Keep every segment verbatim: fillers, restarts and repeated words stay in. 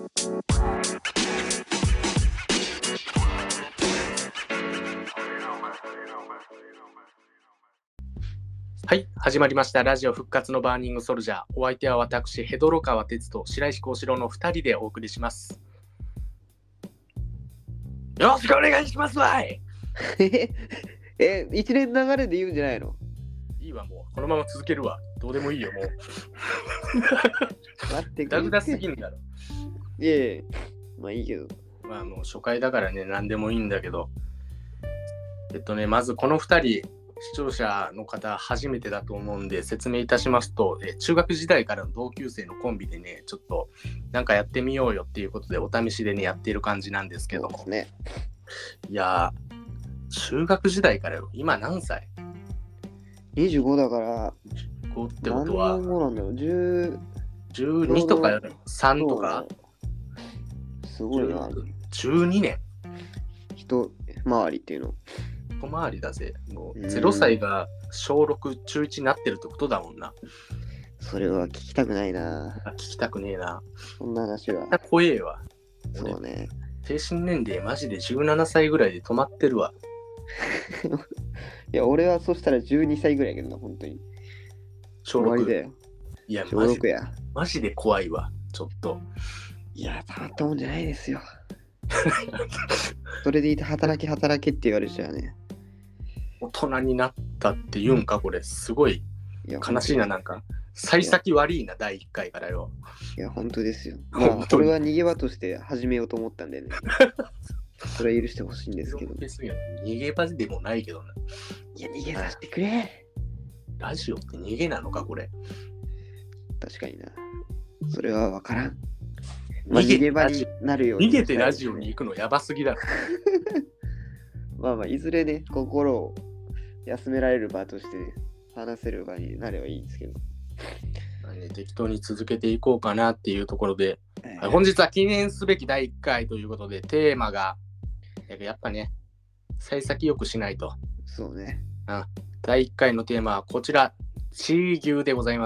はい、始まりましたラジオ復活のバーニングソルジャー。お相手は私ヘドロ川哲と白石幸四郎のふたりでお送りします。よろしくお願いしますわい。 え、一連流れで言うんじゃないの？ いいわ、もうこのまま続けるわ。どうでもいいよ、もう。 待ってくれ。 ダグダすぎんだろ。 いやいや、まあいいけど。 まあもう初回だからね、何でもいいんだけど。えっとね、まずこのふたり、視聴者の方初めてだと思うんで説明いたしますと、え中学時代からの同級生のコンビでね、ちょっとなんかやってみようよっていうことでお試しでねやっている感じなんですけども、 ね、 いやー、中学時代からよ。今何歳？ にじゅうごだからごってことは何年後なんだろう、じゅうじゅうにとかさんとか、 すごいな。 じゅうにねん一回りっていうの一回りだぜ。もうゼロさいが小ろく中いちになってるってことだもんな。 それは聞きたくないな。 聞きたくねえな。 そんな話は怖えわ。 そうね。 精神年齢マジでじゅうななさいぐらいで止まってるわ。 いや、俺はそしたらじゅうにさいぐらいやけどな、本当に。 小ろくだよ。 いや、 小ろくや。 マジで怖いわ、ちょっと。 いや、たまったもんじゃないですよ。それでいて働け働けって言われちゃうね。 大人になったって言うんか、これ。すごい悲しいな、なんか。幸先悪いな、だいいっかいからよ。 いや、本当ですよ。まあ、これは逃げ場として始めようと思ったんでね。それは許してほしいんですけど。 逃げ場でもないけどな。 いや、逃げさせてくれ。 ラジオって逃げなのか、これ。 確かにな。それは分からん。まあ、逃げ場になるように。 逃げてラジオに行くのやばすぎだろ。 まあまあ、いずれね、心を休められる場として、ね、話せる場になればいいんですけど。 まあね、適当に続けていこうかなっていうところで、 えー、 本日は記念すべきだいいっかいということで、テーマが、やっぱね、幸先よくしないと。 そうね。 あ、だいいっかいのテーマはこちら、チー牛でございます。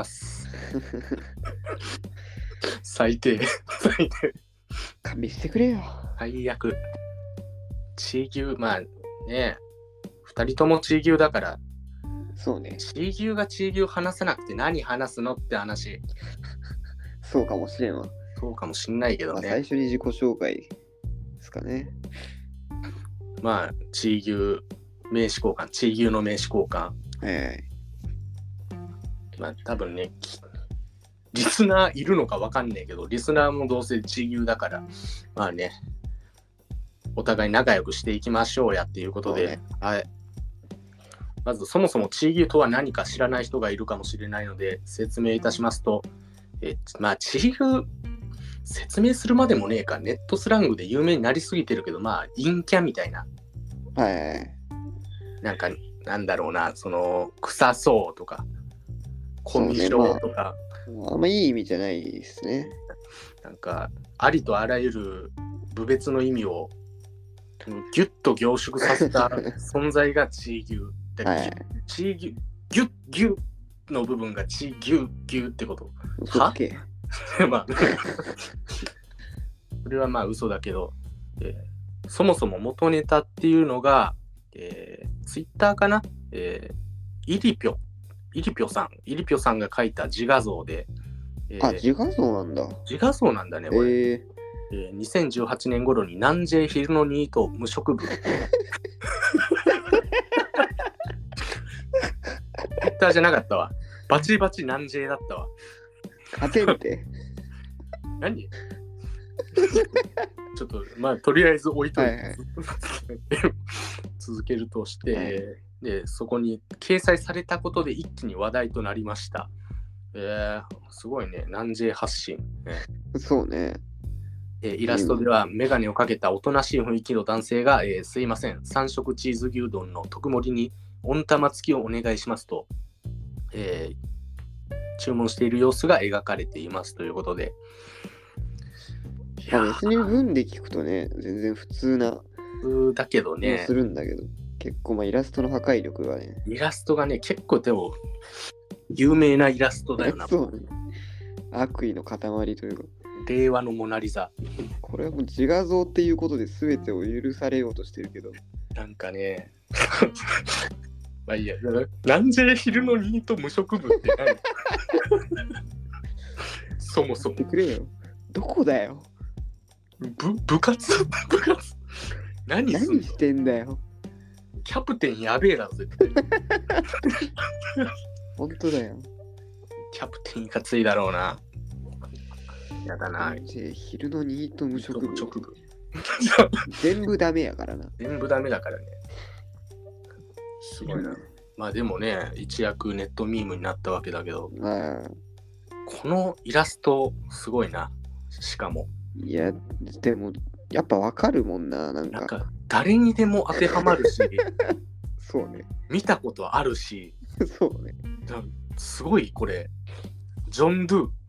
最低。最低。 勘弁してくれよ。 最悪。チー牛、まあね、二人ともチー牛だから、 そうね。 チー牛がチー牛話さなくて何話すのって話。 そうかもしれんわ。 そうかもしんないけどね。 まあ、最初に自己紹介ですかね。 まあ、チー牛名刺交換、チー牛の名刺交換。 ええー。まあ、多分ね、リスナーいるのか分かんねえけど、リスナーもどうせチー牛だから、まあね、お互い仲良くしていきましょうやっていうことで、ね、はい。まずそもそもチー牛とは何か知らない人がいるかもしれないので説明いたしますと、えまあチー牛説明するまでもねえか、ネットスラングで有名になりすぎてるけど、まあ陰キャみたいな、 はい、 なんかなんだろうな、その臭そうとかコミュ障とか、 ね、まあ、あんまいい意味じゃないですね。 なんかありとあらゆる部別の意味をギュッと凝縮させた存在がチー牛。はい、チー牛ギュッギュッの部分がチーギュッギュッってことはまあそれはまあ嘘だけど、えー、そもそも元ネタっていうのが、えー、ツイッターかな、えー、イリピョイリピョさんイリピョさんが書いた自画像で、 えー、あ自画像なんだ自画像なんだねこれ、えーえー、にせんじゅうはちねん頃に南 J 昼のニート無職部ツイッターじゃなかったわ。バチバチ南 J だったわ。 勝てるって何ちょっとまあとりあえず置いといて、はいはい、続けるとして、はい、でそこに掲載されたことで一気に話題となりました。えー、すごいね、南 J 発信、ね、 そうね。 えー、イラストではメガネをかけたおとなしい雰囲気の男性が、えー、すいません三色チーズ牛丼の特盛りに温玉付きをお願いしますと、えー、注文している様子が描かれていますということで、 いや別に文で聞くとね全然普通な普通だけどねするんだけど、結構まあイラストの破壊力がねイラストがね結構でも有名なイラストだよなそうね、悪意の塊というか令和のモナリザ。 これはもう自画像っていうことで全てを許されようとしてるけど。 なんかね、まあいいや、なんで昼のニート無職部って何そもそも。 言ってくれよ。どこだよ。 部部活部活何すんの？ 何してんだよ。 キャプテンやべえだろ絶対。 本当だよ。 キャプテンいかついだろうな。やだな。 昼のニート無職部。 無職部全部ダメやからな。 全部ダメだからね。すごいな。まあでもね、一躍ネットミームになったわけだけど、 まあ、 このイラストすごいな。しかも。 いや、でも、やっぱわかるもんな、なんか。 なんか誰にでも当てはまるし、 そうね。 見たことあるし、 そうね。 すごいこれ、ジョン・ドゥ。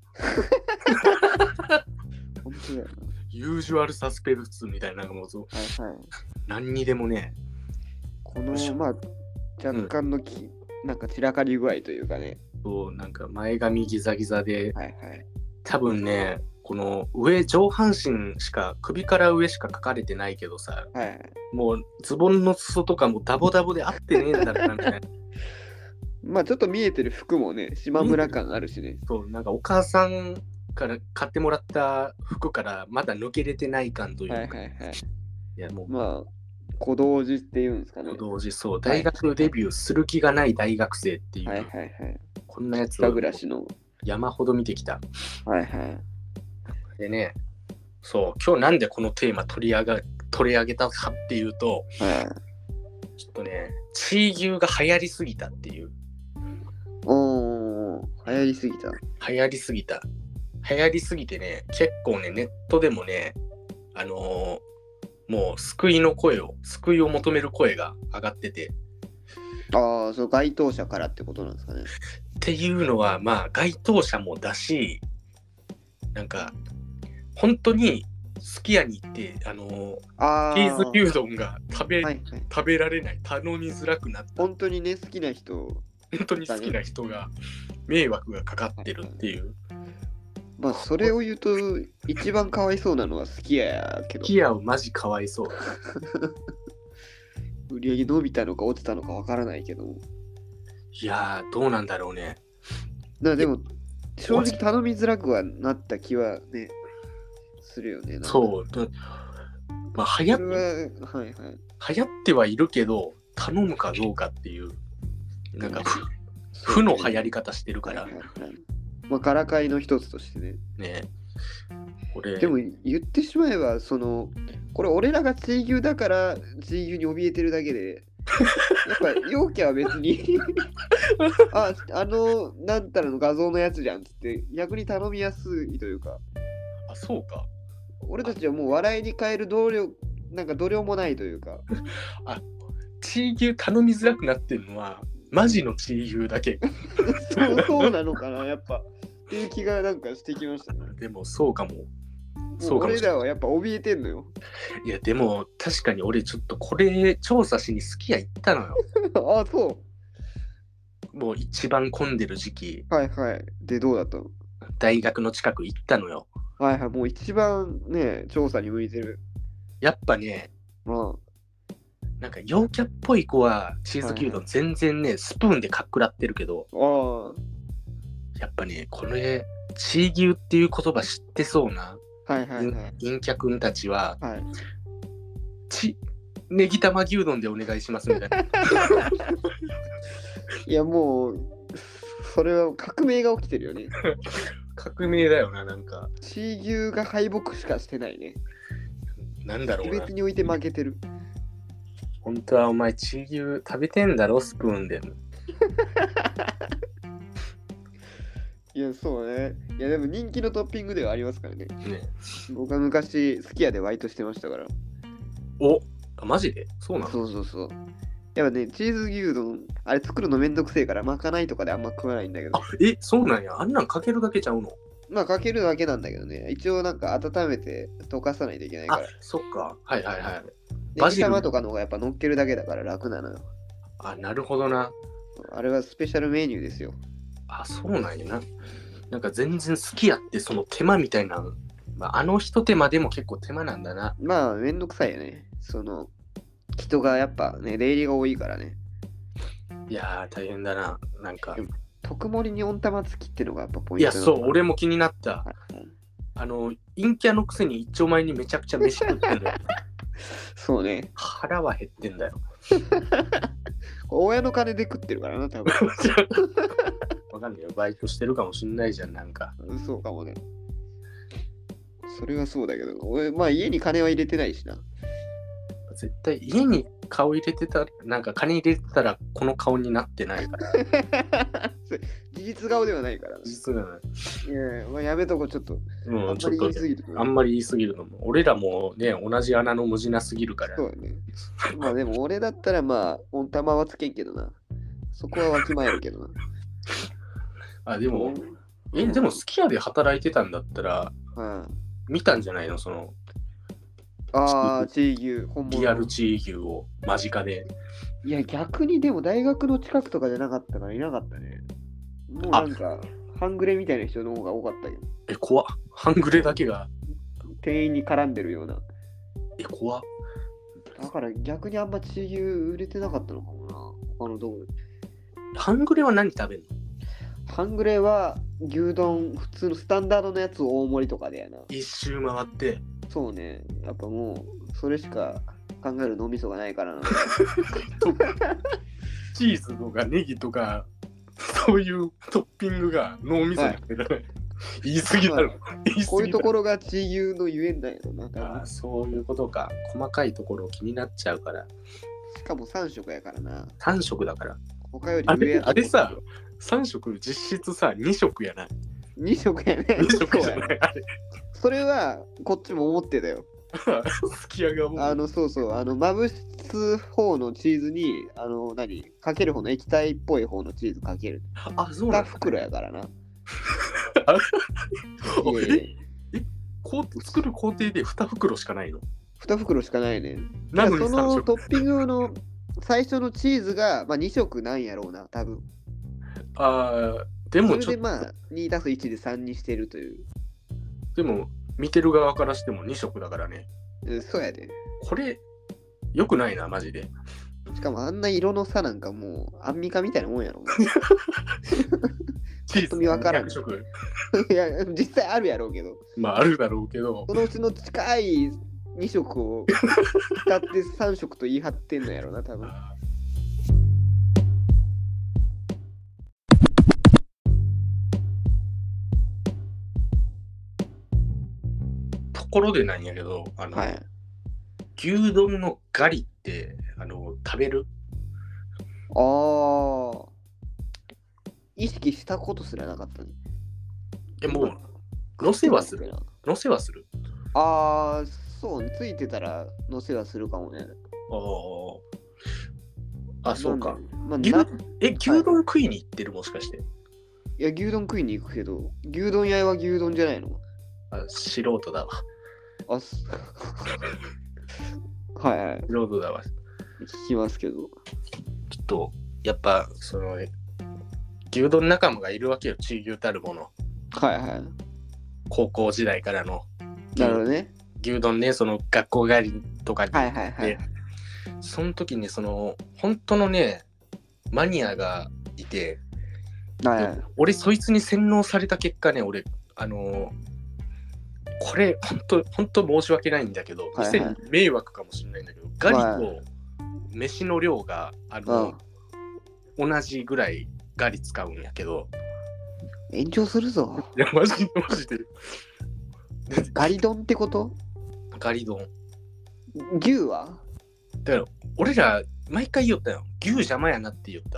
本当だよな。 ユージュアルサスペンスみたいなのもそう、 はいはい。 何にでもね、 この、まあ、若干のき、うん、なんか散らかり具合というかね。 そう、なんか前髪ギザギザで、 はいはい。 多分ね、この上、上半身しか、首から上しか書かれてないけどさ、 はいはい、 もうズボンの裾とかもダボダボで合ってねえんだろうなみたいな。 まあちょっと見えてる服もね、島村感あるしね。 そう、なんかお母さんから買ってもらった服からまだ抜けれてない感というか。 はいはいはい。 いやもうまあ、小道寺っていうんですかね。 小道寺、そう、大学デビューする気がない大学生っていう。 はいはいはい。 こんなやつを暮らしの山ほど見てきた。 はいはい。 でね、そう、今日なんでこのテーマ取り上が取り上げたかっていうと、 はい、 ちょっとね、チー牛が流行りすぎたっていう。 おー、流行りすぎた。 流行りすぎた。流行りすぎてね、結構ね、ネットでもね、あのー、もう救いの声を、救いを求める声が上がってて。 ああ、そう、該当者からってことなんですかね。 っていうのは、まあ、該当者もだし、なんか、本当にすき家に行って、あのー、 あチーズ牛丼が食べ、 はいはい、 食べられない、頼みづらくなった。 本当にね、好きな人、 本当に好きな人が迷惑がかかってるっていう。 はいはい、まあ、それを言うと、一番かわいそうなのはすき家やけど。 すき家はマジかわいそう。 売り上げ伸びたのか落ちたのかわからないけど。 いやー、どうなんだろうね。 だでも、正直頼みづらくはなった気はね、するよね。 そう。まあ、流行っ、 はいはい、 流行ってはいるけど、頼むかどうかっていう、なんか、負の流行り方してるから。はいはいはい、 まあ、からかいの一つとしてね。 ねこれ。 でも、言ってしまえば、その、これ俺らがチー牛だから、チー牛に怯えてるだけで、やっぱ陽キャは別にあ、あのなんたらの画像のやつじゃんっつって逆に頼みやすいというか。 あ、そうか。 俺たちはもう笑いに変える度量なんか度量もないというか。 あ、チー牛頼みづらくなってるのはマジのチー牛だけ。 そうそうなのかなやっぱっていう気がなんかしてきましたね。 でもそうかも。 そうかも俺らはやっぱ怯えてんのよ。 いやでも確かに俺ちょっとこれ調査しにすき家行ったのよ。 あ、そう。 もう一番混んでる時期。 はいはい。でどうだったの？ 大学の近く行ったのよ。 はいはい。もう一番ね調査に向いてる。やっぱね、 まあ、 なんか陽キャっぽい子はチーズ牛丼全然ね、はいはい、スプーンでかっくらってるけど、 あやっぱねこれチー牛っていう言葉知ってそうな。 はいはいはい、 陰キャ君たちは、 はい、 ちネギ玉牛丼でお願いしますみたいな。 いやもうそれは革命が起きてるよね。 革命だよな。なんかチー牛が敗北しかしてないね。 なんだろうな。 別において負けてる。 本当はお前チー牛食べてんだろスプーンで。 いやそうね。いやでも人気のトッピングではありますからね。 ね、 僕は昔すき家でバイトしてましたから。 お、マジで？そうなの？ そうそうそう。やっぱねチーズ牛丼あれ作るのめんどくせえからまかないとかであんま食わないんだけど。 あ、え、そうなんや。あんなんかけるだけちゃうの？ まあかけるだけなんだけどね。一応なんか温めて溶かさないといけないから。あ、 そっか。はいはいはい。 ネギ玉とかの方がやっぱ乗っけるだけだから楽なのよ。 あ、なるほどな。 あれはスペシャルメニューですよ。 あ、そうなんやな。 なんか全然好きやってその手間みたいな、まあ、あの一手間でも結構手間なんだな。 まあ、めんどくさいよね。その、人がやっぱね、出入りが多いからね。 いやー大変だな。なんか特盛りに温玉付きっていうのがやっぱポイントいやそう俺も気になった。 はい、 あの陰キャのくせに一丁前にめちゃくちゃ飯食ってんだよ。 そうね。 腹は減ってんだよ。 親の金で食ってるからな、多分。 わかんないよ。バイトしてるかもしんないじゃん、なんか。 そうかもね。それはそうだけど、俺、まあ家に金は入れてないしな。 絶対家に顔入れてたら、なんか金入れてたらこの顔になってないから。 事実顔ではないからな。 事実がない。 いやいや、まあ、やめとこちょっと。 うん、 あんまり言い過ぎる、 あんまり言い過ぎるのも。俺らもね、同じ穴の無地なすぎるから。 そうね。まあでも俺だったらまあ、温玉はつけんけどな。そこはわきまえるけどな。 あ、でも、え、でも好き家で働いてたんだったら、 うん、 見たんじゃないのその、 ああ、チー牛、本物。 リアルチー牛を間近で。 いや、逆にでも大学の近くとかじゃなかったからいなかったね。もうなんか、半グレみたいな人の方が多かったけど。 え、怖っ。半グレだけが。 店員に絡んでるような。 え、怖っ。 だから逆にあんまチー牛売れてなかったのかもな。他のどこ半グレは何食べんの？ 半グレは牛丼、普通のスタンダードのやつを大盛りとかでやな。 一周回って。 そうね。やっぱもう、それしか考える脳みそがないからな。 チーズとかネギとか、そういうトッピングが脳みそに入らない。はい、言い過ぎだろ。 こういうところがチー牛のゆえんだよな。 ああ、そういうことか。細かいところ気になっちゃうから。 しかもさん食やからな。 さん食だから。 他よりあれ、 上やあれさ、さん食実質さ、に食やない。 に食やね。 に食じゃない。あれ。 それはこっちも思ってたよ。 好きやがもう。 あの、そうそう、あの、まぶす方のチーズに、あの、何かける方の液体っぽい方のチーズかける。 あ、そうなんだ。 に袋やからな。 あいやいやえこう作る工程でに袋しかないの？ に袋しかないね。 なのにそのトッピングの最初のチーズが、まあ、に食なんやろうな、多分。 ああ、でもちょっと。 それでまあ、にたすいちでさんにしてるという。 でも、見てる側からしてもに食だからね。 うん、そうやで。 これ、よくないな、マジで。 しかもあんな色の差なんかもう、アンミカみたいなもんやろ。 チーズ見分からん。 にひゃく食。 いや、実際あるやろうけど。 まあ、あるだろうけど。 そのうちの近いに食を使ってさん食と言い張ってんのやろな、多分。 ところでなんやけど、あの、 はい、 牛丼のガリってあの食べる？ ああ。意識したことすらなかったね。 え、もう、のせはする。のせはする。 ああ、そうね。ついてたらのせはするかもね。 ああ。あ、そうか。 まあ、 牛え、牛丼食いに行ってる、もしかして。 いや、牛丼食いに行くけど、牛丼屋は牛丼じゃないの？ あ、素人だわ。 あ、すはいはい。 素人だわ。 聞きますけど。 ちょっと、やっぱ、その、牛丼仲間がいるわけよ、チー牛たるもの。 はいはい。 高校時代からの。 なるほどね。 牛丼ね、その学校帰りとかに。 はいはいはい。 その時に、その、本当のね、マニアがいて、 はいはい、 俺、そいつに洗脳された結果ね、俺、あの、これ、本当、本当申し訳ないんだけど、 はいはい、 店に迷惑かもしれないんだけど、ガリと飯の量が、あの、同じぐらいガリ使うんやけど。 炎上するぞ。 いや、マジでマジで。 ガリ丼ってこと？ ガリ丼。 牛は？ だから、俺ら、毎回言ったよ。牛邪魔やなって言った。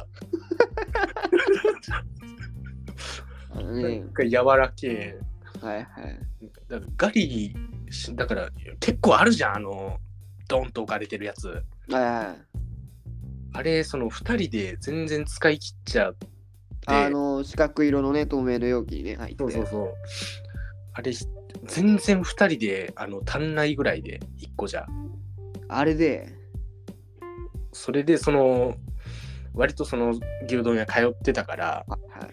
あのね、 なんか柔らけえ。はいはい。 だからガリ、だから結構あるじゃん、あの、ドンと置かれてるやつ。 はいはい。 あれ、そのふたりで全然使い切っちゃって。 あの、四角色のね、透明の容器にね、入って。 そうそうそう。あれ、全然ふたりであの足んないぐらいで、いっこじゃ。 あれで、 それで、その、割とその牛丼屋通ってたから、 はい、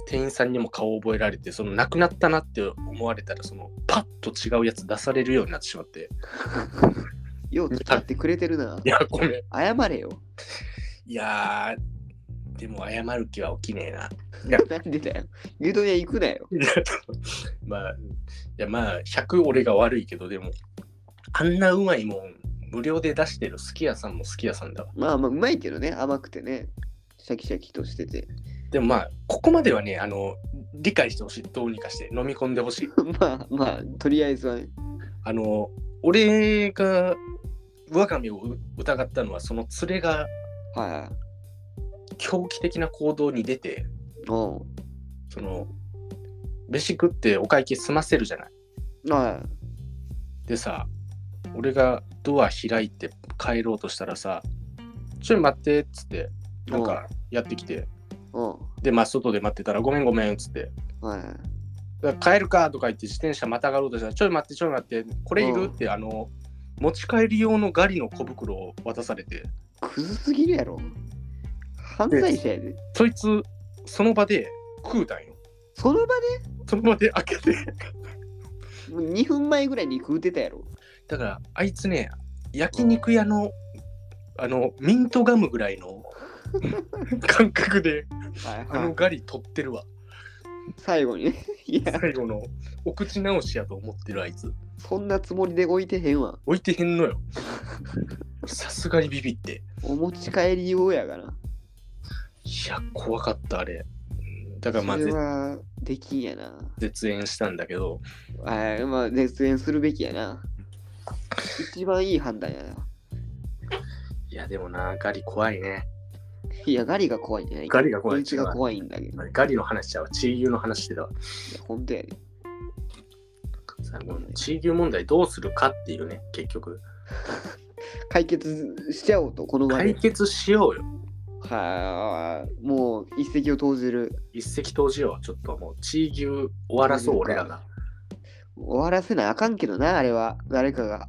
店員さんにも顔を覚えられて、そのなくなったなって思われたら、そのパッと違うやつ出されるようになってしまって。 よう使ってくれてるな。 いや、ごめん。 謝れよ。 いやー、でも謝る気は起きねえな。 いやなんでだよ。牛丼屋行くなよ。 まあ、いやまあ、ひゃく俺が悪いけど、でも、あんなうまいもん、無料で出してるすき家さんもすき家さんだわ。 まあまあ、うまいけどね。甘くてね。シャキシャキとしてて。 でもまあ、ここまではね、あの、理解してほしい。どうにかして飲み込んでほしい。 まあまあ、とりあえずはね。 あの、俺が我が身を疑ったのは、その連れがはいはい。 狂気的な行動に出て、 おうその、飯食ってお会計済ませるじゃない。 はでさ、俺がドア開いて帰ろうとしたらさ、ちょい待ってっつって、なんかやってきて、 い。おうで、まあ、外で待ってたら、ごめんごめんっつって、 はいはい。 だから帰るかとか言って自転車またがろうとしたら、ちょい待ってちょい待って、これいるうんってあの持ち帰り用のガリの小袋を渡されて、 クズすぎるやろ。犯罪者やで。 そいつその場で食うたんよ。 その場その場で開けて。 でもうにふんまえぐらいに食うてたやろ。 だからあいつね、焼肉屋のあのミントガムぐらいの感覚ではいはい、 あのガリ取ってるわ。 最後にね。いや、 最後のお口直しやと思ってるあいつ。 そんなつもりで置いてへんわ。 置いてへんのよ。さすがにビビって。 お持ち帰り用やがな。 いや、怖かったあれ。だからまあそれはできんやな。 絶縁したんだけど。 あまあ、絶縁するべきやな。一番いい判断やな。 いや、でもな、ガリ怖いね。 いや、ガリが怖いんじゃない。 ガリが怖い。 こいつが怖いんだけど。いガリの話ちゃうわ。チー牛の話してたわ。 や、ほんとやで。 さあもうチー牛問題どうするかっていうね、結局。 解決しちゃおうと、この場で。 解決しようよ。 はあ、もう一石を投じる。 一石投じよう。ちょっともう、チー牛終わらそう、俺らが。 終わらせなあかんけどな、あれは。誰かが。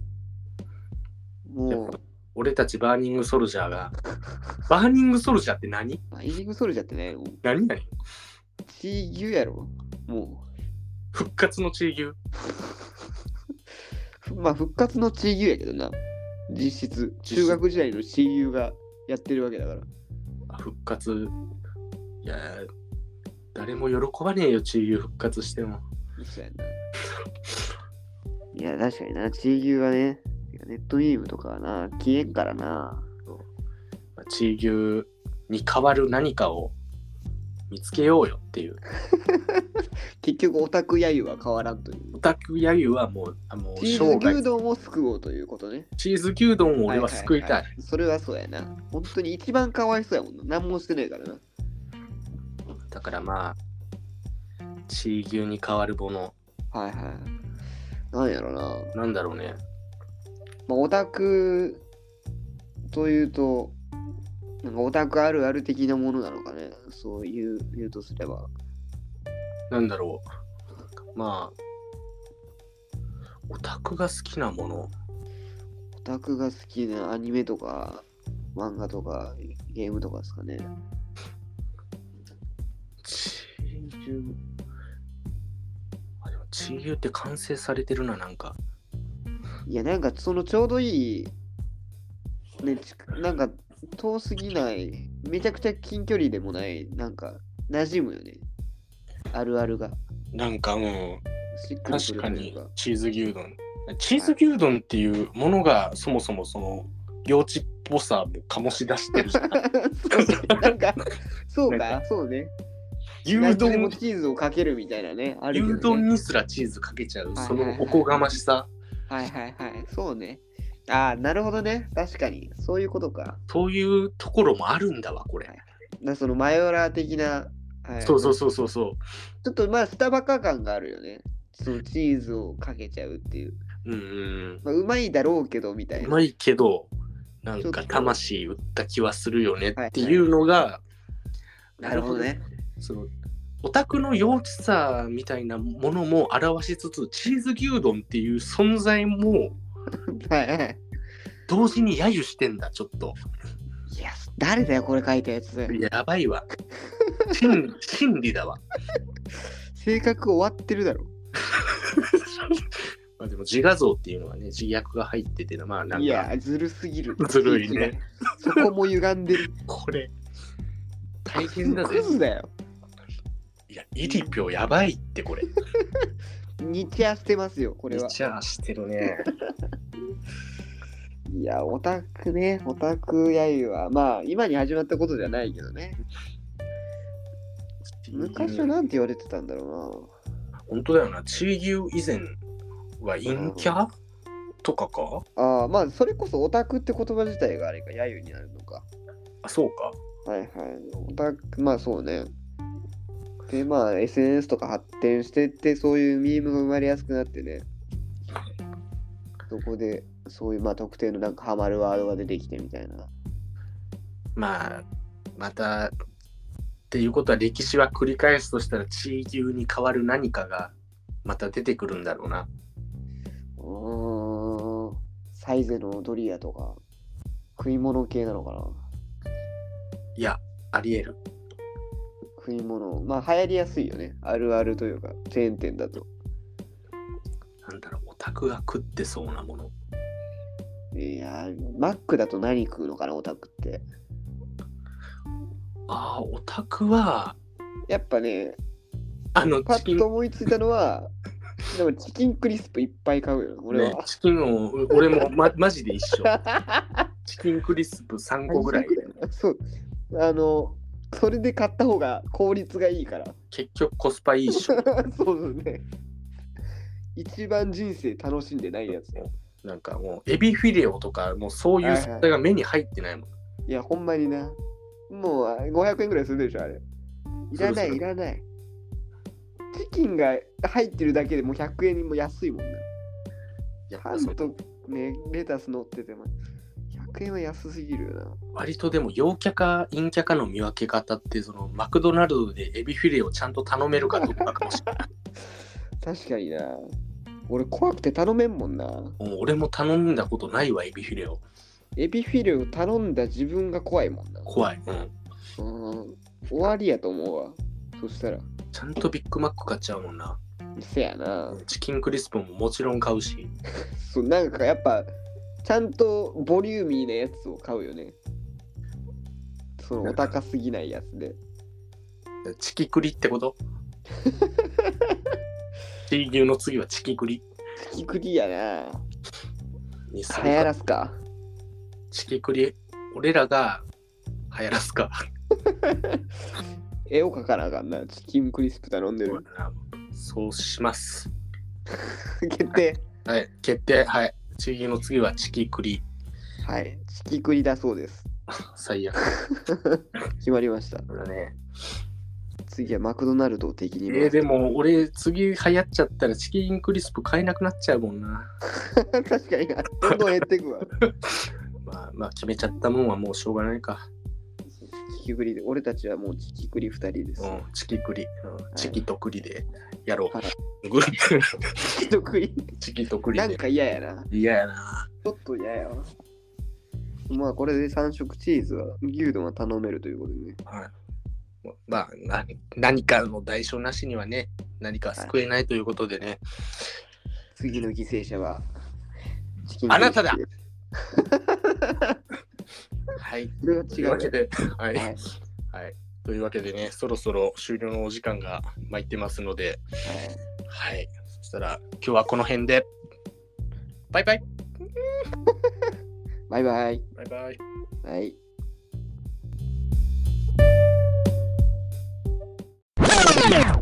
もう。 俺たちバーニングソルジャーが。バーニングソルジャーって何？ バーニングソルジャーってね、 何何？ チー牛やろ。もう。復活のチー牛。 まあ、復活のチー牛やけどな。実質。中学時代のチー牛がやってるわけだから。 あ、復活。いや、誰も喜ばねえよ、チー牛復活しても。 そうやな。いや、確かにな、チー牛はね、ネットゲームとかはな、消えんからな。 チー牛に代わる何かを見つけようよっていう。 結局、オタクヤユは変わらんという。 オタクヤユはもう、あもうチーズ牛丼を救おうということね。 チーズ牛丼を俺は救いたい。はいはいはい、 それはそうやな。本当に一番かわいそうやもんな。何もしてないからな。 だからまあ、チー牛に代わるもの。 はいはい。なんやろな。 なんだろうね。 まあ、オタクというと、なんかオタクあるある的なものなのかね。そういう、言うとすれば。 なんだろう。まあ、オタクが好きなもの。 オタクが好きなアニメとか、漫画とか、ゲームとかですかね。 チー牛。あ、でもチー牛って完成されてるな、なんか。 いや、なんかそのちょうどいい、ね、なんか遠すぎない、めちゃくちゃ近距離でもない、なんか馴染むよね。あるあるが。 なんかもう、確かにチーズ牛丼。チーズはい牛丼っていうものがそもそもその幼稚っぽさも醸し出してるじゃん。 そうなんか、そうか、そうね。 牛丼もチーズをかけるみたいなね。あるけどね、 牛丼にすらチーズかけちゃう、そのおこがましさ。 はいはいはい、そうね。ああ、なるほどね。確かに。そういうことか。 そういうところもあるんだわ、これ。 だそのマヨラー的な、 はい、そうそうそうそうそう。 ちょっとまあ、スタバカ感があるよね。そのチーズをかけちゃうっていう。 うんうん。 まあ、うまいだろうけど、みたいな。 うまいけど、なんか魂打った気はするよねっていうのが、はいはい、 なるほどね。 そのオタクの幼稚さみたいなものも表しつつ、チーズ牛丼っていう存在も同時に揶揄してんだ、ちょっと。 いや、誰だよ、これ書いたやつ。 やばいわ。 真真理だわ。 性格終わってるだろ。 まあでも自画像っていうのはね、自虐が入ってて、まあなんか。 いや、ずるすぎる。 ずるいね。 そこも歪んでる。 これ、大変だぜ。 クズだよ。 いや、イリピョやばいってこれ。 ニチャしてますよ、これは。 ニチャしてるね。 いや、オタクね、オタクやゆは、まあ、今に始まったことじゃないけどね。昔はなんて言われてたんだろうな。本当だよな。チーユ以前は陰キャ、うん、とかか。 ああ、まあ、それこそオタクって言葉自体があれか、やゆになるのか。 あ、そうか。 はいはい。オタク、まあそうね。で、まあ エスエヌエス とか発展してって、そういうミームが生まれやすくなってね。そこで、そういう、まあ特定のなんかハマるワードが出てきてみたいな。 まあ、また、っていうことは歴史は繰り返すとしたら、地球に変わる何かがまた出てくるんだろうな。 うーん。サイゼのドリアとか、食い物系なのかな。 いや、あり得る。 食い物、まあ流行りやすいよね。あるあるというか、チェーン店だと。 なんだろう、オタクが食ってそうなもの。 いや、マックだと何食うのかな、オタクって。 ああ、オタクは、 やっぱね、 あの、 パッと思いついたのは、でもチキンクリスプいっぱい買うよ、俺は。 ね、チキンを、俺も、ま、マジで一緒。チキンクリスプさんこぐらい。 そう。あの、それで買った方が効率がいいから。 結局コスパいいっしょ。 そうですね。一番人生楽しんでないやつ。 なんかもう、エビフィレオとか、もうそういう素材が目に入ってないもん。 はいはい、いや、ほんまにな。もうごひゃくえんぐらいするでしょ、あれ。いらない、いらない。チキンが入ってるだけでもうひゃくえんにも安いもんな。ハンとね、レタス乗っててもひゃくえんは安すぎるよな。 割とでも陽キャか陰キャかの見分け方って、そのマクドナルドでエビフィレオちゃんと頼めるかどうかかもしれない。 確かにな。俺怖くて頼めんもんな。もう俺も頼んだことないわ、エビフィレオ。 エビフィレオ頼んだ自分が怖いもんな。 怖い。 うん。うん、終わりやと思うわ。そしたら。 ちゃんとビッグマック買っちゃうもんな。 せやな。 チキンクリスプももちろん買うし。 そう、なんかやっぱ、ちゃんとボリューミーなやつを買うよね。そのお高すぎないやつで。 チキクリってことチー牛の次はチキクリ。 チキクリやな。 流行らすか。 チキクリ、俺らが流行らすか。 絵を描かなあかんな。チキンクリスプ頼んでる。 そうします。 決定。 はい、はい、決定。はい。チキの次はチキクリ。 はい、チキクリだそうです。 最悪。 決まりました。 これね。 次はマクドナルドを敵に。 えー、でも俺次流行っちゃったらチキンクリスプ買えなくなっちゃうもんな。 確かにな。どんどん減ってくわ。 まあまあ決めちゃったもんはもうしょうがないか。 チキクリで、俺たちはもうチキクリふたりです。 うん、チキクリ、うん、チキとクリでやろう。はい、 チキとクリ。 チキとクリで。 なんか嫌やな。 嫌やな。 ちょっと嫌やわ。まあこれでさん食チーズは牛丼は頼めるということでね。 はい。まあ何、何かの代償なしにはね、何か救えないということでね。はい、 次の犠牲者はチキンあなただ。はい。 それは違う。 というわけで、はい、はい。はい。というわけでね、そろそろ終了のお時間が参ってますので、はい。はい、そしたら今日はこの辺で、バイバイ。 バイバイ。 バイバイ。 はい。 Yeah.